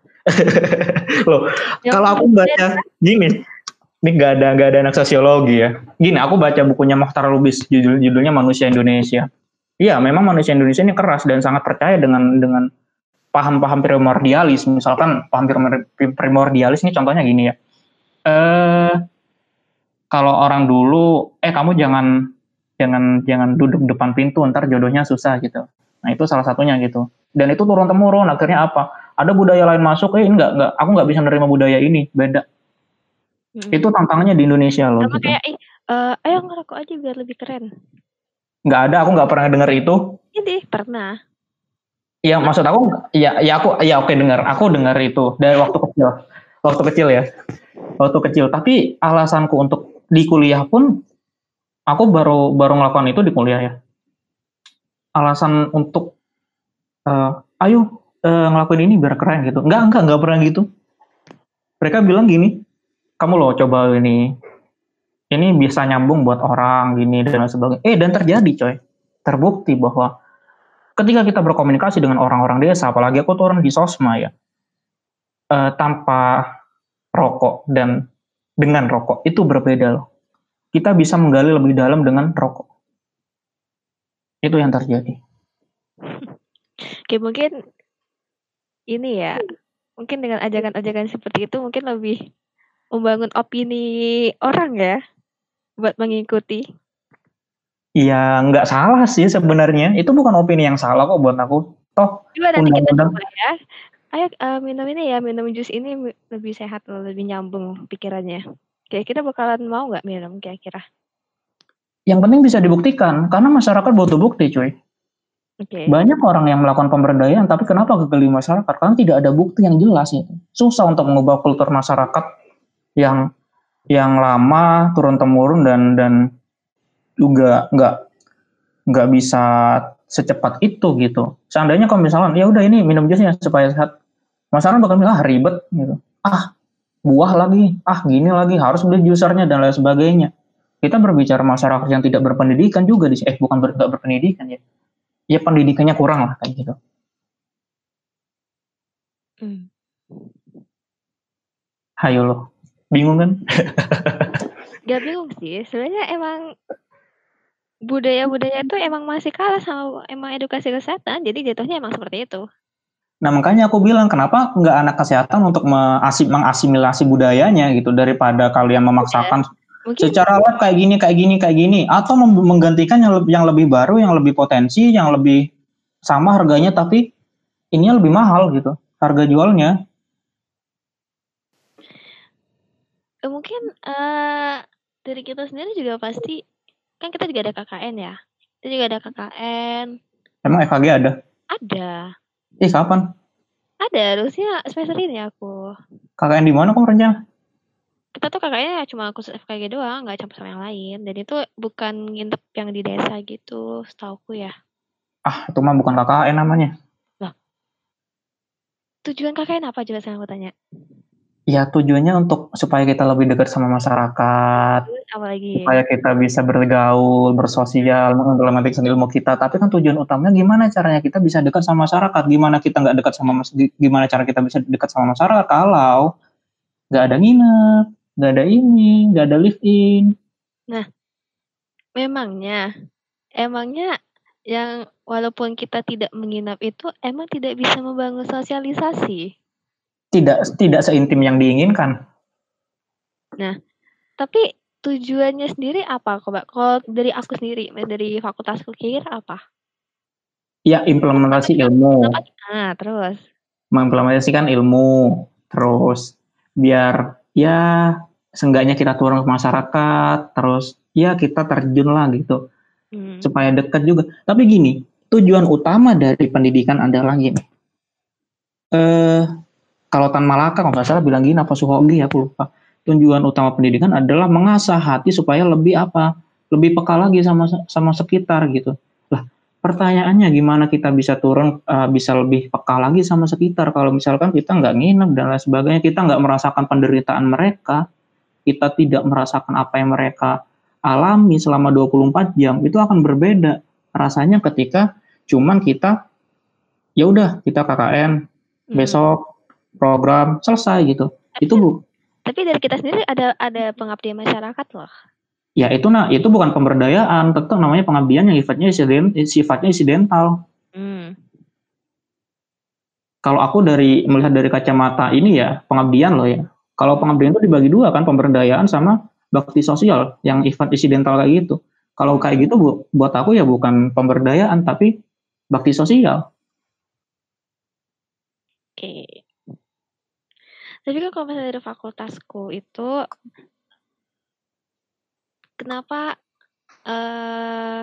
loh, Yang kalau aku baca gini, ini nggak ada nggak ada anak sosiologi ya. Gini, aku baca bukunya Mokhtar Lubis, judul judulnya Manusia Indonesia. Iya, memang manusia Indonesia ini keras dan sangat percaya dengan dengan paham-paham primordialis. Misalkan paham primordialis ini contohnya gini ya. Eh, kalau orang dulu, eh kamu jangan jangan jangan duduk depan pintu, ntar jodohnya susah gitu. Nah itu salah satunya gitu. Dan itu turun temurun. Akhirnya apa? Ada budaya lain masuk, eh enggak enggak, aku nggak bisa menerima budaya ini, beda. Hmm. Itu tantangannya di Indonesia loh. Sama gitu. kayak, uh, ayo ngerokok aja biar lebih keren. Nggak ada, aku nggak pernah dengar itu. Ini pernah. Iya, maksud aku, ya, ya aku, ya oke dengar, aku dengar itu dari waktu kecil, waktu kecil ya, waktu kecil. Tapi alasanku untuk di kuliah pun, aku baru baru ngelakukan itu di kuliah ya. Alasan untuk, uh, ayo uh, ngelakuin ini biar keren gitu. Enggak, enggak, enggak pernah gitu. Mereka bilang gini, kamu loh coba ini, ini bisa nyambung buat orang gini dan sebagainya. Eh dan terjadi coy, terbukti bahwa ketika kita berkomunikasi dengan orang-orang desa, apalagi aku tuh orang di Sosma ya, uh, tanpa rokok dan dengan rokok itu berbeda loh. Kita bisa menggali lebih dalam dengan rokok. Itu yang terjadi. Oke, mungkin ini ya, mungkin dengan ajakan-ajakan seperti itu mungkin lebih membangun opini orang ya, buat mengikuti. Ya nggak salah sih sebenarnya. Itu bukan opini yang salah kok buat aku. Toh Coba nanti kita undang-undang. coba ya. Ayo uh, minum ini ya, minum jus ini lebih sehat loh, lebih nyambung pikirannya. Kira-kira bakalan mau nggak minum kira-kira? Yang penting bisa dibuktikan, karena masyarakat butuh bukti cuy. Okay. Banyak orang yang melakukan pemberdayaan, tapi kenapa gagal di masyarakat? Karena tidak ada bukti yang jelas itu. Susah untuk mengubah kultur masyarakat yang yang lama turun temurun dan dan juga nggak nggak bisa secepat itu gitu. Seandainya kalau misalnya ya udah ini minum jusnya supaya sehat, masyarakat bakal bilang ah ribet gitu. Ah buah lagi, ah gini lagi harus beli jusernya dan lain sebagainya. Kita berbicara masyarakat yang tidak berpendidikan juga di eh bukan ber, gak berpendidikan ya. Ya pendidikannya kurang lah kayak gitu. Hmm. Hayo loh, bingung kan? Gak bingung sih, sebenarnya emang budaya-budaya itu emang masih kalah sama emang edukasi kesehatan, jadi jatuhnya emang seperti itu. Nah makanya aku bilang kenapa nggak anak kesehatan untuk mengasimilasi budayanya gitu daripada kalian memaksakan ya, mungkin secara web kayak gini kayak gini kayak gini atau menggantikan yang lebih, yang lebih baru yang lebih potensi yang lebih sama harganya tapi ini lebih mahal gitu harga jualnya. Mungkin uh, dari kita sendiri juga pasti kan kita juga ada K K N ya, kita juga ada K K N. Emang F K G ada? Ada. Ih kapan? Ada, harusnya semester ini aku. K K N di mana kamu rencana? Kita tuh K K N-nya cuma khusus F K G doang, nggak campur sama yang lain. Dan itu bukan nginep yang di desa gitu, setauku ya. Ah, itu mah bukan K K N namanya. Loh. Tujuan K K N apa coba sekarang aku tanya? Ya tujuannya untuk supaya kita lebih dekat sama masyarakat. Terus apa lagi? Supaya kita bisa bergaul, bersosial, mengimplementasikan ilmu kita. Tapi kan tujuan utamanya gimana caranya kita bisa dekat sama masyarakat? Gimana kita nggak dekat sama masyarakat? Gimana cara kita bisa dekat sama masyarakat kalau nggak ada nginep, nggak ada ini, nggak ada live in. Nah, memangnya, emangnya yang walaupun kita tidak menginap itu emang tidak bisa membangun sosialisasi? Tidak tidak seintim yang diinginkan. Nah, tapi tujuannya sendiri apa Kak? Kalau dari aku sendiri, dari fakultasku kira apa? Ya implementasi ilmu. Nah, terus? Mengimplementasikan ilmu, terus biar ya seenggaknya kita turun ke masyarakat, terus ya kita terjun lah gitu, Hmm. supaya dekat juga. Tapi gini, tujuan utama dari pendidikan adalah gini, eh, kalau Tan Malaka kalau nggak salah bilang gini, apa Suhogi aku lupa. Tujuan utama pendidikan adalah mengasah hati supaya lebih apa, lebih peka lagi sama sama sekitar gitu. Lah, pertanyaannya gimana kita bisa turun, uh, bisa lebih peka lagi sama sekitar kalau misalkan kita nggak nginep dan lain sebagainya, kita nggak merasakan penderitaan mereka, kita tidak merasakan apa yang mereka alami selama dua puluh empat jam, itu akan berbeda rasanya ketika cuman kita ya udah kita K K N besok program selesai gitu. Tapi, itu Bu. Tapi dari kita sendiri ada ada pengabdian masyarakat loh. Ya itu nah itu bukan pemberdayaan, tetap namanya pengabdian yang sifatnya insiden, sifatnya insidental. Hmm. Kalau aku dari melihat dari kacamata ini ya pengabdian loh ya. Kalau pengabdian itu dibagi dua kan, pemberdayaan sama bakti sosial yang sifat insidental kayak gitu. Kalau kayak gitu Bu, buat aku ya bukan pemberdayaan tapi bakti sosial. Oke. Okay. Tapi kan kalau misalnya dari fakultasku itu, kenapa uh,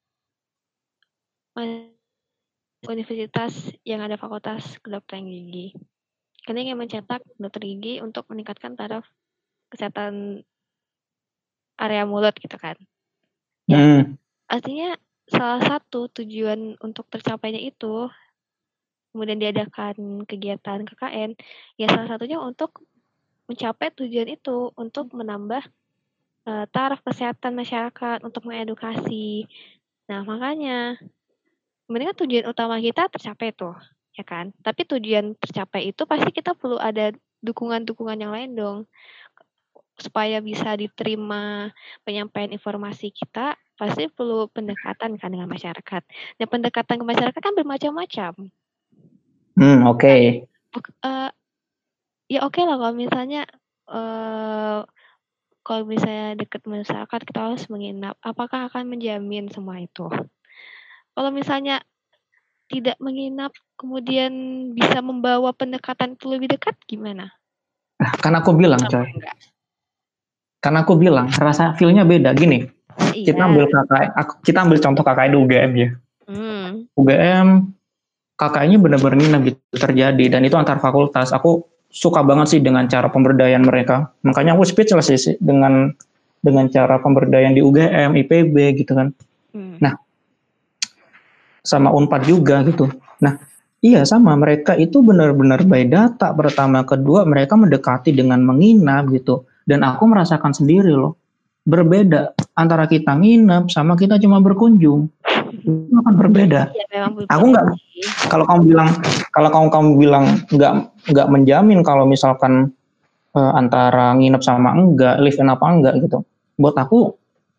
universitas yang ada fakultas kedokteran gigi? Karena ingin mencetak dokter gigi untuk meningkatkan taraf kesehatan area mulut gitu kan. Ya, hmm. artinya salah satu tujuan untuk tercapainya itu, kemudian diadakan kegiatan K K N, ya salah satunya untuk mencapai tujuan itu, untuk menambah uh, taraf kesehatan masyarakat, untuk mengedukasi. Nah, makanya, sebenarnya tujuan utama kita tercapai tuh, ya kan? Tapi tujuan tercapai itu pasti kita perlu ada dukungan-dukungan yang lain dong. Supaya bisa diterima penyampaian informasi kita, pasti perlu pendekatan kan dengan masyarakat. Dan pendekatan ke masyarakat kan bermacam-macam. Hmm, oke. Okay. Uh, ya oke okay lah kalau misalnya uh, kalau misalnya dekat masyarakat kita harus menginap. Apakah akan menjamin semua itu? Kalau misalnya tidak menginap, kemudian bisa membawa pendekatan itu lebih dekat, gimana? Nah, kan aku bilang coy. Karena aku bilang rasa feel-nya beda gini. Iya. Kita ambil K K N, kita ambil contoh K K N di U G M ya. Hmm. U G M K K N-nya benar-benar ini gitu terjadi dan itu antar fakultas. Aku suka banget sih dengan cara pemberdayaan mereka. Makanya aku speechless sih dengan dengan cara pemberdayaan di U G M, I P B gitu kan. Hmm. Nah, sama Unpad juga gitu. Nah, iya sama mereka itu benar-benar by data pertama, kedua mereka mendekati dengan menginap gitu. Dan aku merasakan sendiri loh, berbeda antara kita nginep sama kita cuma berkunjung. Itu akan berbeda. Ya, aku nggak, kalau kamu bilang, kalau kamu kamu bilang nggak nggak menjamin kalau misalkan uh, antara nginep sama enggak, live in apa enggak gitu. Buat aku,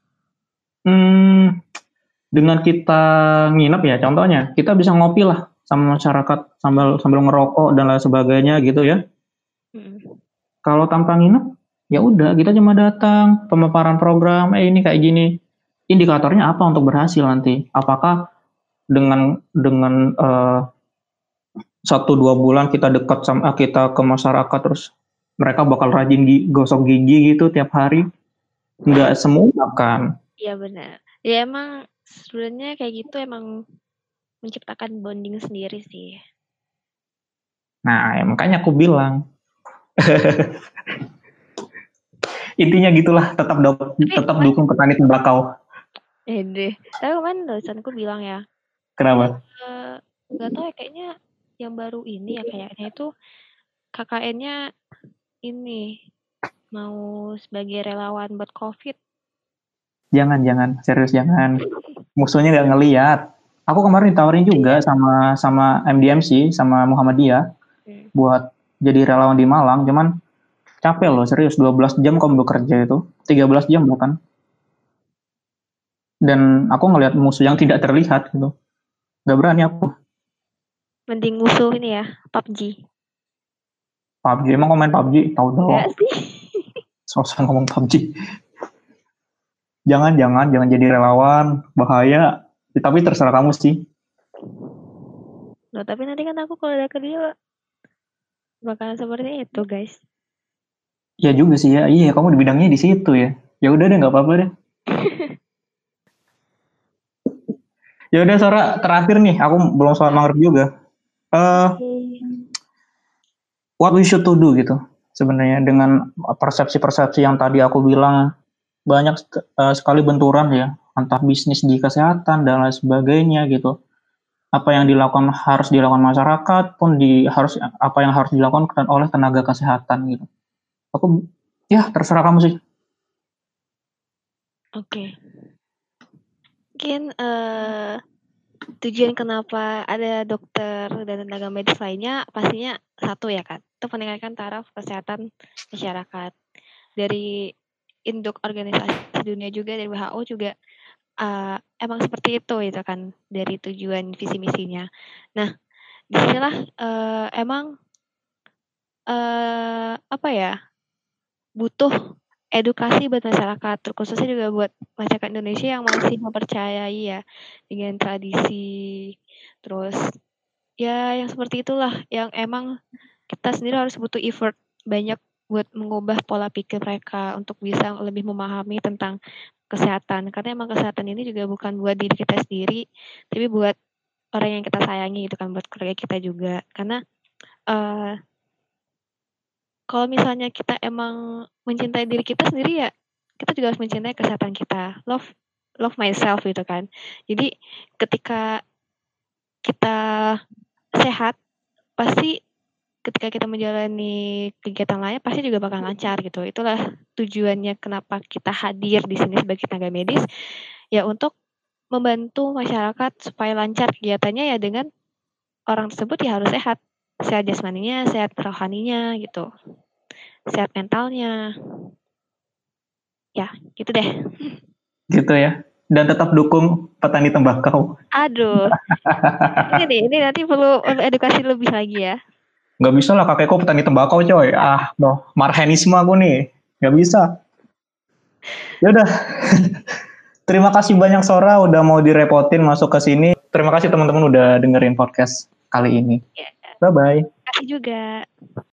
hmm, dengan kita nginep ya, contohnya kita bisa ngopi lah sama masyarakat sambil sambil ngerokok dan lain sebagainya gitu ya. Hmm. Kalau tanpa nginep, ya udah kita cuma datang pemaparan program, eh ini kayak gini. Indikatornya apa untuk berhasil nanti? Apakah dengan dengan uh, satu dua bulan kita dekat sama kita ke masyarakat terus mereka bakal rajin gi, gosok gigi gitu tiap hari? Nggak semua kan? Iya benar. Ya emang sebenarnya kayak gitu emang menciptakan bonding sendiri sih. Nah, ya makanya aku bilang. Intinya gitulah, tetap do, tetap dukung petani tembakau. Eh deh, tapi kemarin dosenku bilang ya. Kenapa? Uh, gak tau ya, kayaknya yang baru ini ya kayaknya itu K K N-nya ini mau sebagai relawan buat COVID. Jangan, jangan, serius jangan. Musuhnya nggak ngelihat. Aku kemarin ditawarin juga sama sama M D M C, sama Muhammadiyah hmm. buat jadi relawan di Malang, cuman capek loh, serius dua belas jam kamu bekerja itu, tiga belas jam bahkan. Dan aku ngelihat musuh yang tidak terlihat gitu. Gak berani aku. Mending musuh ini ya, P U B G. P U B G, emang kau main P U B G? Tahu dong. Gak sih. Sosok ngomong P U B G. Jangan, jangan, jangan jadi relawan, bahaya. Ya, tapi terserah kamu sih. Loh, tapi nanti kan aku kalau udah kerja bakalan seperti itu, guys. Ya juga sih ya, iya kamu di bidangnya di situ ya. Ya udah deh, nggak apa-apa deh. Ya udah Sora, terakhir nih, aku belum sholat maghrib juga. Eh, uh, okay. What we should to do gitu sebenarnya dengan persepsi-persepsi yang tadi aku bilang banyak uh, sekali benturan ya, entah bisnis di kesehatan dan lain sebagainya gitu. Apa yang dilakukan harus dilakukan masyarakat pun di harus apa yang harus dilakukan oleh tenaga kesehatan gitu. Aku ya terserah kamu sih. Oke. Okay. Mungkin uh, tujuan kenapa ada dokter dan tenaga medis lainnya pastinya satu ya kan, itu meningkatkan taraf kesehatan masyarakat. Dari induk organisasi dunia juga, dari W H O juga uh, emang seperti itu gitu kan, dari tujuan visi misinya. Nah, disinilah uh, emang uh, apa ya, butuh edukasi buat masyarakat, terkhususnya juga buat masyarakat Indonesia yang masih mempercayai ya dengan tradisi, terus ya yang seperti itulah yang emang kita sendiri harus butuh effort banyak buat mengubah pola pikir mereka untuk bisa lebih memahami tentang kesehatan, karena emang kesehatan ini juga bukan buat diri kita sendiri, tapi buat orang yang kita sayangi gitu kan, buat keluarga kita juga. Karena uh, kalau misalnya kita emang mencintai diri kita sendiri ya, kita juga harus mencintai kesehatan kita. Love love myself gitu kan. Jadi ketika kita sehat, pasti ketika kita menjalani kegiatan lain pasti juga bakal lancar gitu. Itulah tujuannya kenapa kita hadir di sini sebagai tenaga medis, ya untuk membantu masyarakat supaya lancar kegiatannya ya dengan orang tersebut ya harus sehat. Sehat jasmaninya, sehat rohaninya gitu. Sehat mentalnya. Ya, gitu deh. Gitu ya. Dan tetap dukung petani tembakau. Aduh. Ini nih, ini nanti perlu edukasi lebih lagi ya. Gak bisa lah kakekku petani tembakau coy. Ah, loh, marhenisme aku nih. Gak bisa. Ya udah. Terima kasih banyak Sora udah mau direpotin masuk ke sini. Terima kasih teman-teman udah dengerin podcast kali ini. Ya. Bye bye. Terima kasih juga.